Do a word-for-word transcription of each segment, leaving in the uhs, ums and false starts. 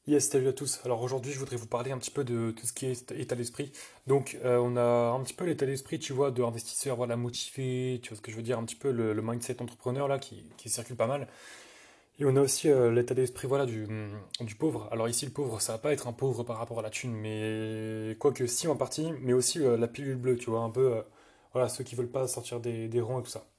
Yes, salut à tous. Alors aujourd'hui, je voudrais vous parler un petit peu de tout ce qui est état d'esprit. Donc, euh, on a un petit peu l'état d'esprit, tu vois, de investisseur, voilà, motivé, tu vois ce que je veux dire, un petit peu le, le mindset entrepreneur là qui, qui circule pas mal. Et on a aussi euh, l'état d'esprit, voilà, du, du pauvre. Alors ici, le pauvre, ça va pas être un pauvre par rapport à la thune, mais quoique si en partie, mais aussi euh, la pilule bleue, tu vois, un peu, euh, voilà, ceux qui veulent pas sortir des, des rangs et tout ça.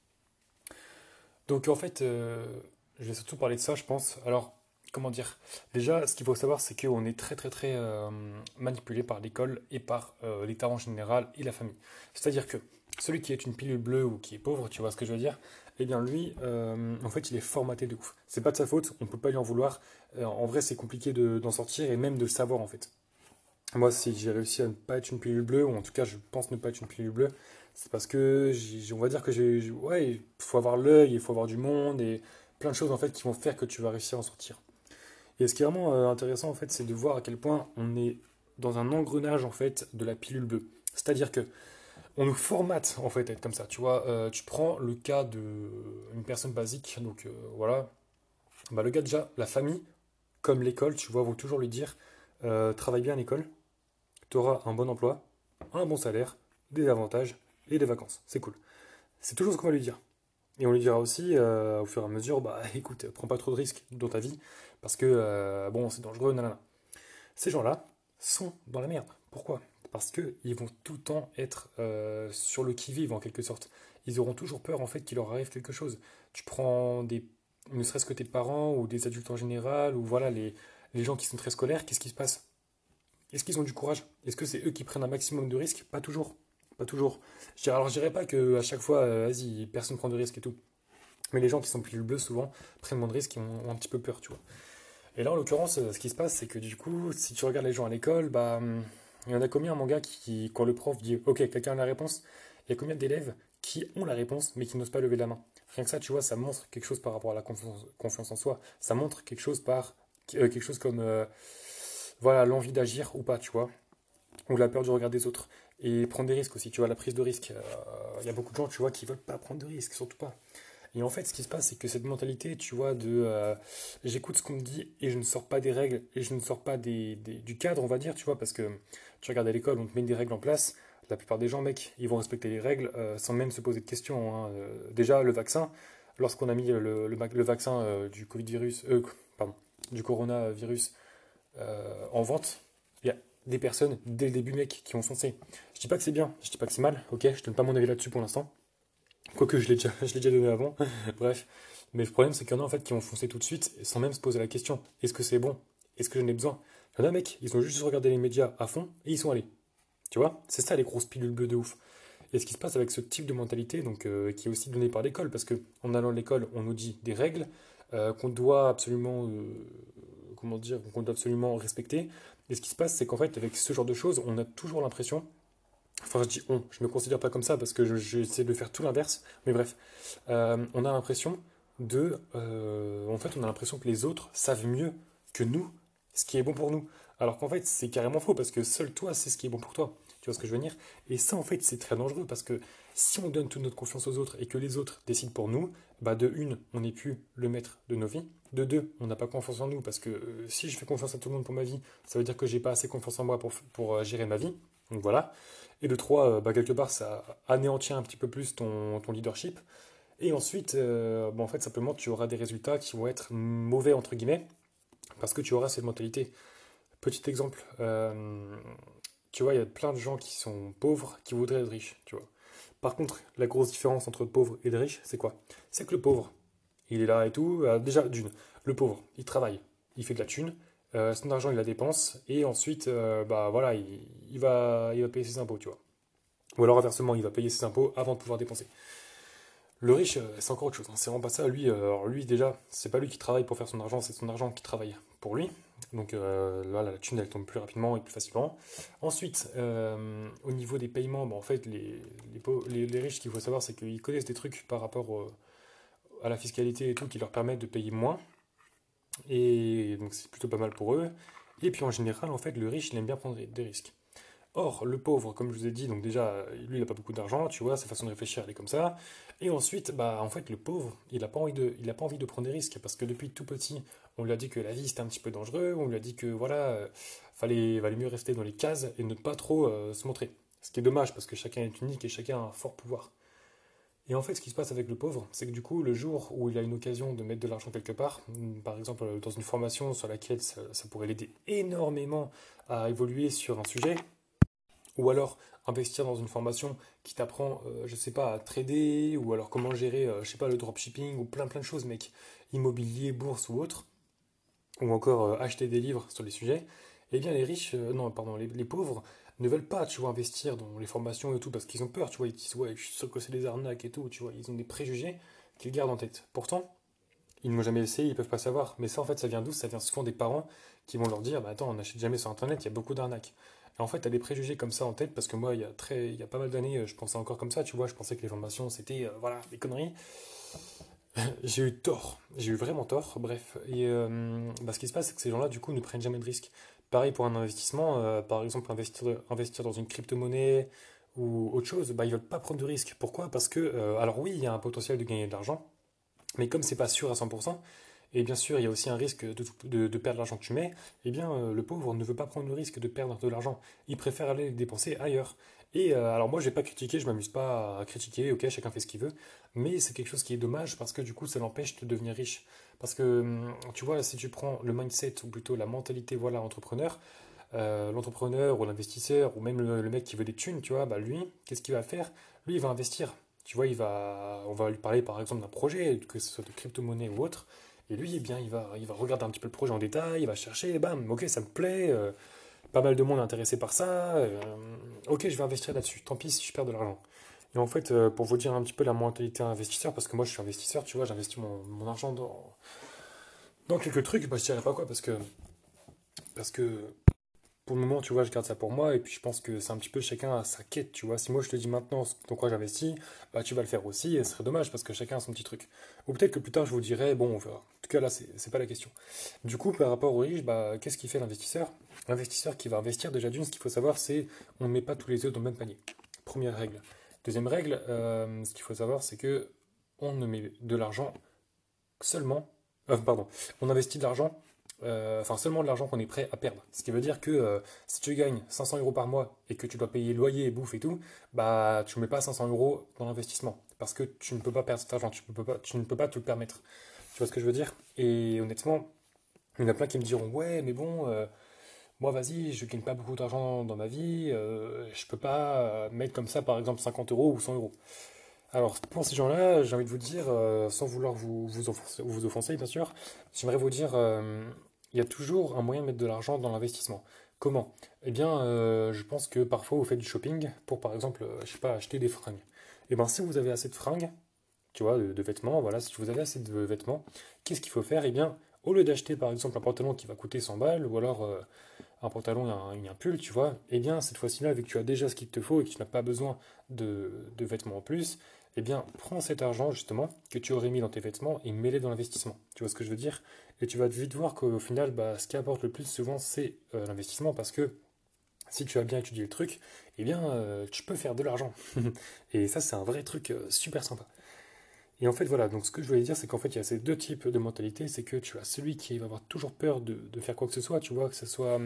Donc en fait, euh, je vais surtout parler de ça, je pense. Alors, comment dire? Déjà, ce qu'il faut savoir, c'est qu'on est très très très euh, manipulé par l'école et par euh, l'État en général et la famille. C'est-à-dire que celui qui est une pilule bleue ou qui est pauvre, tu vois ce que je veux dire? Eh bien lui, euh, en fait, il est formaté de ouf. C'est pas de sa faute, on peut pas lui en vouloir. Euh, en vrai, c'est compliqué de- d'en sortir et même de le savoir en fait. Moi, si j'ai réussi à ne pas être une pilule bleue, ou en tout cas, je pense ne pas être une pilule bleue, c'est parce que, j'ai- on va dire que j'ai, j'ai- ouais, il faut avoir l'œil, il faut avoir du monde et plein de choses en fait qui vont faire que tu vas réussir à en sortir. Et ce qui est vraiment euh, intéressant en fait, c'est de voir à quel point on est dans un engrenage en fait de la pilule bleue. C'est-à-dire que on nous formate en fait à être comme ça. Tu vois, euh, tu prends le cas de une personne basique, donc euh, voilà, bah, le gars déjà, la famille, comme l'école, tu vois, vont toujours lui dire, euh, travaille bien à l'école, tu auras un bon emploi, un bon salaire, des avantages et des vacances. C'est cool. C'est toujours ce qu'on va lui dire. Et on lui dira aussi, euh, au fur et à mesure, bah écoute, prends pas trop de risques dans ta vie, parce que, euh, bon, c'est dangereux, nanana. Ces gens-là sont dans la merde. Pourquoi? Parce qu'ils vont tout le temps être euh, sur le qui-vive, en quelque sorte. Ils auront toujours peur, en fait, qu'il leur arrive quelque chose. Tu prends des, ne serait-ce que tes parents, ou des adultes en général, ou voilà, les, les gens qui sont très scolaires, qu'est-ce qui se passe? Est-ce qu'ils ont du courage? Est-ce que c'est eux qui prennent un maximum de risques? Pas toujours. Pas toujours. Je dirais- Alors je dirais pas que à chaque fois, euh, vas-y, personne prend de risques et tout. Mais les gens qui sont plus bleus, souvent, prennent moins de risques et ont, ont un petit peu peur, tu vois. Et là, en l'occurrence, euh, ce qui se passe, c'est que du coup, si tu regardes les gens à l'école, bah, hum, il y en a combien, mon gars, qui, quand le prof dit, OK, quelqu'un a la réponse, il y a combien d'élèves qui ont la réponse, mais qui n'osent pas lever la main? Rien que ça, tu vois, ça montre quelque chose par rapport à la confiance, confiance en soi. Ça montre quelque chose par, euh, quelque chose comme, euh, voilà, l'envie d'agir ou pas, tu vois, ou la peur du regard des autres. Et prendre des risques aussi, tu vois, la prise de risque. Euh, Il y a beaucoup de gens, tu vois, qui veulent pas prendre de risques, surtout pas. Et en fait, ce qui se passe, c'est que cette mentalité, tu vois, de euh, j'écoute ce qu'on me dit et je ne sors pas des règles et je ne sors pas des, des- du cadre, on va dire, tu vois, parce que tu regardes à l'école, on te met des règles en place. La plupart des gens, mec, ils vont respecter les règles euh, sans même se poser de questions, hein. Euh, déjà, le vaccin, lorsqu'on a mis le, le, le vaccin euh, du Covid virus, euh, pardon, du coronavirus euh, en vente, il y a des personnes, dès le début, mec, qui ont foncé. Je dis pas que c'est bien, je dis pas que c'est mal, ok, je donne pas mon avis là-dessus pour l'instant. Quoique je l'ai déjà, je l'ai déjà donné avant. Bref. Mais le problème, c'est qu'il y en a en fait qui ont foncé tout de suite sans même se poser la question. Est-ce que c'est bon? Est-ce que j'en ai besoin? Il y en a, mec, ils ont juste regardé les médias à fond et ils sont allés. Tu vois? C'est ça les grosses pilules bleues de ouf. Et ce qui se passe avec ce type de mentalité, donc euh, qui est aussi donné par l'école, parce que en allant à l'école, on nous dit des règles euh, qu'on doit absolument, euh, comment dire, qu'on doit absolument respecter. Et ce qui se passe, c'est qu'en fait, avec ce genre de choses, on a toujours l'impression. Enfin, je dis on, je me considère pas comme ça parce que je- j'essaie de faire tout l'inverse. Mais bref, euh, on a l'impression de. Euh, en fait, on a l'impression que les autres savent mieux que nous ce qui est bon pour nous. Alors qu'en fait, c'est carrément faux parce que seul toi sais ce qui est bon pour toi. Tu vois ce que je veux dire? Et ça, en fait, c'est très dangereux parce que si on donne toute notre confiance aux autres et que les autres décident pour nous, bah de une, on n'est plus le maître de nos vies. De deux, on n'a pas confiance en nous parce que euh, si je fais confiance à tout le monde pour ma vie, ça veut dire que j'ai pas assez confiance en moi pour, pour euh, gérer ma vie. Donc voilà. Et de trois, euh, bah, quelque part, ça anéantit un petit peu plus ton, ton leadership. Et ensuite, euh, bon, en fait, simplement, tu auras des résultats qui vont être mauvais, entre guillemets, parce que tu auras cette mentalité. Petit exemple, euh, tu vois, il y a plein de gens qui sont pauvres qui voudraient être riches, tu vois. Par contre, la grosse différence entre le pauvre et le riche, c'est quoi? C'est que le pauvre, il est là et tout. euh, déjà, d'une, le pauvre, il travaille, il fait de la thune, euh, son argent, il la dépense, et ensuite, euh, bah voilà, il, il va, il va payer ses impôts, tu vois. Ou alors inversement, il va payer ses impôts avant de pouvoir dépenser. Le riche, euh, c'est encore autre chose, hein. C'est vraiment pas ça. Lui, euh, alors lui déjà, c'est pas lui qui travaille pour faire son argent, c'est son argent qui travaille pour lui. Donc euh, là, la thune, elle tombe plus rapidement et plus facilement. Ensuite, euh, au niveau des paiements, bon, en fait, les, les, pau- les- les riches, ce qu'il faut savoir, c'est qu'ils connaissent des trucs par rapport au- à la fiscalité et tout qui leur permettent de payer moins. Et donc c'est plutôt pas mal pour eux. Et puis en général, en fait, le riche, il aime bien prendre des risques. Or, le pauvre, comme je vous ai dit, donc déjà, euh, lui, il n'a pas beaucoup d'argent, tu vois, sa façon de réfléchir, elle est comme ça. Et ensuite, bah, en fait, le pauvre, il n'a pas envie de, il a pas envie de prendre des risques, parce que depuis tout petit, on lui a dit que la vie, c'était un petit peu dangereux, on lui a dit que, voilà, euh, fallait, valait mieux rester dans les cases et ne pas trop euh, se montrer. Ce qui est dommage, parce que chacun est unique et chacun a un fort pouvoir. Et en fait, ce qui se passe avec le pauvre, c'est que du coup, le jour où il a une occasion de mettre de l'argent quelque part, mm, par exemple euh, dans une formation sur laquelle ça, ça pourrait l'aider énormément à évoluer sur un sujet, ou alors investir dans une formation qui t'apprend, euh, je sais pas, à trader, ou alors comment gérer, euh, je sais pas, le dropshipping, ou plein plein de choses, mec, immobilier, bourse ou autre, ou encore euh, acheter des livres sur les sujets, eh bien les riches, euh, non, pardon, les, les pauvres ne veulent pas, tu vois, investir dans les formations et tout, parce qu'ils ont peur, tu vois, ils disent, ouais, je suis sûr que c'est des arnaques et tout, tu vois, ils ont des préjugés qu'ils gardent en tête. Pourtant, ils ne m'ont jamais essayé, ils peuvent pas savoir. Mais ça, en fait, ça vient d'où? Ça vient souvent des parents qui vont leur dire, bah attends, on n'achète jamais sur Internet, il y a beaucoup d'arnaques. Et en fait, tu as des préjugés comme ça en tête, parce que moi, il y a très, il y a pas mal d'années, euh, je pensais encore comme ça, tu vois, je pensais que les formations, c'était, euh, voilà, des conneries. J'ai eu tort, j'ai eu vraiment tort, bref. Et euh, bah, ce qui se passe, c'est que ces gens-là, du coup, ne prennent jamais de risques. Pareil pour un investissement, euh, par exemple, investir, investir dans une crypto-monnaie ou autre chose, bah, ils veulent pas prendre de risques. Pourquoi? Parce que, euh, alors oui, il y a un potentiel de gagner de l'argent, mais comme c'est pas sûr à cent pour cent, et bien sûr, il y a aussi un risque de, de- de perdre l'argent que tu mets, eh bien, euh, le pauvre ne veut pas prendre le risque de perdre de l'argent. Il préfère aller le dépenser ailleurs. Et euh, alors moi, je vais pas critiquer, je m'amuse pas à critiquer, ok, chacun fait ce qu'il veut, mais c'est quelque chose qui est dommage parce que du coup, ça l'empêche de devenir riche. Parce que, hum, tu vois, si tu prends le mindset, ou plutôt la mentalité, voilà, entrepreneur, euh, l'entrepreneur ou l'investisseur, ou même le, le mec qui veut des thunes, tu vois, bah lui, qu'est-ce qu'il va faire? Lui, il va investir. Tu vois, il va, on va lui parler par exemple d'un projet, que ce soit de crypto-monnaie ou autre. Et lui, eh bien, il va, il va regarder un petit peu le projet en détail, il va chercher, et bam, ok, ça me plaît, euh, pas mal de monde intéressé par ça, euh, ok, je vais investir là-dessus, tant pis si je perds de l'argent. Et en fait, euh, pour vous dire un petit peu la mentalité investisseur, parce que moi je suis investisseur, tu vois, j'investis mon, mon argent dans, dans quelques trucs, bah, je dirais pas quoi, parce que, parce que pour le moment, tu vois, je garde ça pour moi, et puis je pense que c'est un petit peu chacun à sa quête, tu vois. Si moi je te dis maintenant ce dans quoi j'investis, bah tu vas le faire aussi, et ce serait dommage parce que chacun a son petit truc. Ou peut-être que plus tard je vous dirai, bon, on verra. En tout cas, là, c'est c'est pas la question. Du coup, par rapport aux riches, bah qu'est-ce qu'il fait l'investisseur? L'investisseur qui va investir, déjà d'une, ce qu'il faut savoir, c'est on ne met pas tous les œufs dans le même panier. Première règle. Deuxième règle, euh, ce qu'il faut savoir, c'est que on ne met de l'argent seulement, euh, pardon, on investit de l'argent, euh, enfin seulement de l'argent qu'on est prêt à perdre. Ce qui veut dire que euh, si tu gagnes cinq cents euros par mois et que tu dois payer loyer, bouffe et tout, bah tu ne mets pas cinq cents euros dans l'investissement parce que tu ne peux pas perdre cet argent, tu ne peux pas, tu ne peux pas te le permettre. Tu vois ce que je veux dire? Et honnêtement, il y en a plein qui me diront ouais, mais bon, euh, moi vas-y, je gagne pas beaucoup d'argent dans ma vie, euh, je peux pas euh, mettre comme ça par exemple cinquante euros ou cent euros. Alors, pour ces gens-là, j'ai envie de vous dire, euh, sans vouloir vous, vous offenser, vous offenser, bien sûr, j'aimerais vous dire, euh, il y a toujours un moyen de mettre de l'argent dans l'investissement. Comment? Eh bien, euh, je pense que parfois vous faites du shopping pour, par exemple, euh, je sais pas, acheter des fringues. Eh bien, si vous avez assez de fringues, tu vois, de, de vêtements, voilà, si vous avez assez de vêtements, qu'est-ce qu'il faut faire? Eh bien, au lieu d'acheter, par exemple, un pantalon qui va coûter cent balles, ou alors euh, un pantalon et un, et un pull, tu vois, eh bien, cette fois-ci-là, vu que tu as déjà ce qu'il te faut et que tu n'as pas besoin de, de vêtements en plus, eh bien, prends cet argent, justement, que tu aurais mis dans tes vêtements et mets-le dans l'investissement. Tu vois ce que je veux dire? Et tu vas vite voir qu'au final, bah, ce qui apporte le plus souvent, c'est euh, l'investissement, parce que si tu as bien étudié le truc, eh bien, euh, tu peux faire de l'argent. Et ça, c'est un vrai truc euh, super sympa. Et en fait, voilà, donc ce que je voulais dire, c'est qu'en fait, il y a ces deux types de mentalités. C'est que tu as celui qui va avoir toujours peur de, de faire quoi que ce soit, tu vois, que ce soit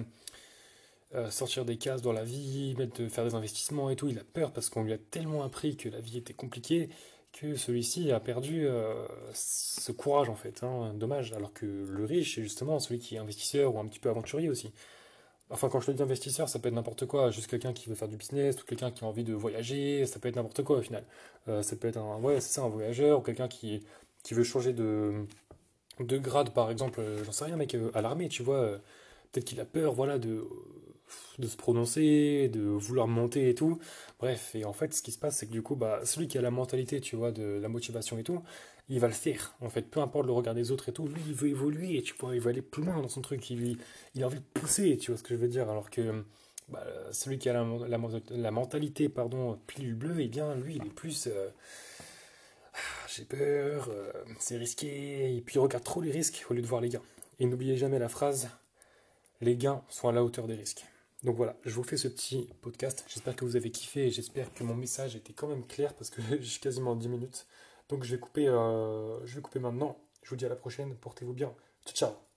euh, sortir des cases dans la vie, mettre, de faire des investissements et tout. Il a peur parce qu'on lui a tellement appris que la vie était compliquée que celui-ci a perdu euh, ce courage, en fait, hein. Dommage. Alors que le riche, c'est justement celui qui est investisseur ou un petit peu aventurier aussi. Enfin, quand je te dis investisseur, ça peut être n'importe quoi, juste quelqu'un qui veut faire du business, ou quelqu'un qui a envie de voyager, ça peut être n'importe quoi au final. Euh, ça peut être un, ouais, c'est ça, un voyageur, ou quelqu'un qui, qui veut changer de, de grade, par exemple, euh, j'en sais rien, mec, euh, à l'armée, tu vois. euh, Peut-être qu'il a peur, voilà, de, de se prononcer, de vouloir monter et tout. Bref, et en fait, ce qui se passe, c'est que du coup, bah, celui qui a la mentalité, tu vois, de la motivation et tout, il va le faire. En fait, peu importe le regard des autres et tout, lui, il veut évoluer, tu vois, il veut aller plus loin dans son truc, il, lui- il a envie de pousser, tu vois ce que je veux dire. Alors que bah, celui qui a la, la, la mentalité, pardon, pilule bleue, eh bien, lui, il est plus, euh, ah, j'ai peur, euh, c'est risqué, et puis il regarde trop les risques au lieu de voir les gains. Et n'oubliez jamais la phrase, les gains sont à la hauteur des risques. Donc voilà, je vous fais ce petit podcast. J'espère que vous avez kiffé et j'espère que mon message était quand même clair parce que j'ai quasiment dix minutes. Donc je vais couper, euh, je vais couper maintenant. Je vous dis à la prochaine. Portez-vous bien. Ciao, ciao.